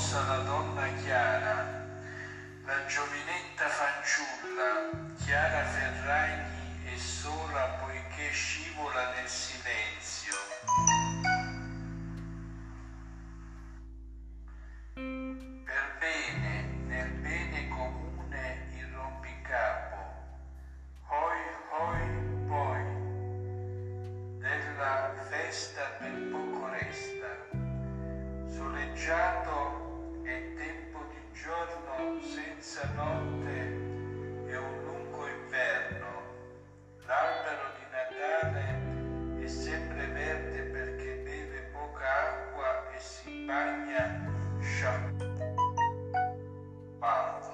sposa la donna Chiara, la giovinetta fanciulla, Chiara Ferragni è sola poiché scivola nel silenzio. Per bene, nel bene comune il rompicapo, hoi hoi poi, della festa ben poco resta, soleggiato è tempo di giorno senza notte e un lungo inverno, l'albero di Natale è sempre verde perché beve poca acqua e si bagna sciampando.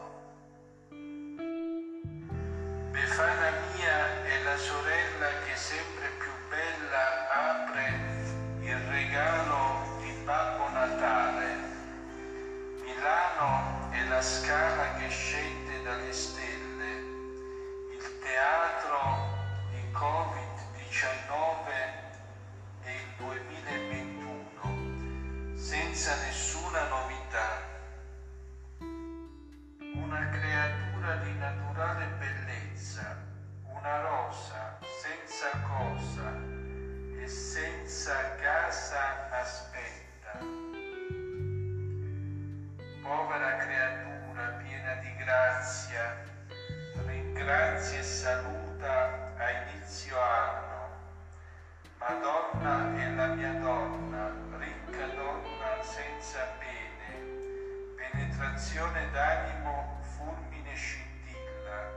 Befana mia è la sorella che sempre più bella apre il regalo di Babbo Natale. Milano è la scala che scende dalle stelle, il teatro di Covid-19 è il 2021, senza nessuna novità. Una creatura di naturale bellezza, una rosa senza cosa e senza casa aspetta. Povera creatura piena di grazia, ringrazia e saluta a inizio anno. Madonna è la mia donna, ricca donna senza bene, penetrazione d'animo, fulmine scintilla.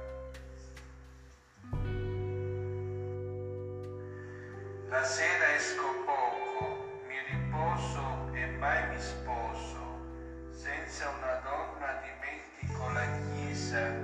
La sera esco poco, mi riposo e mai mi sposo, senza una donna dimentico la chiesa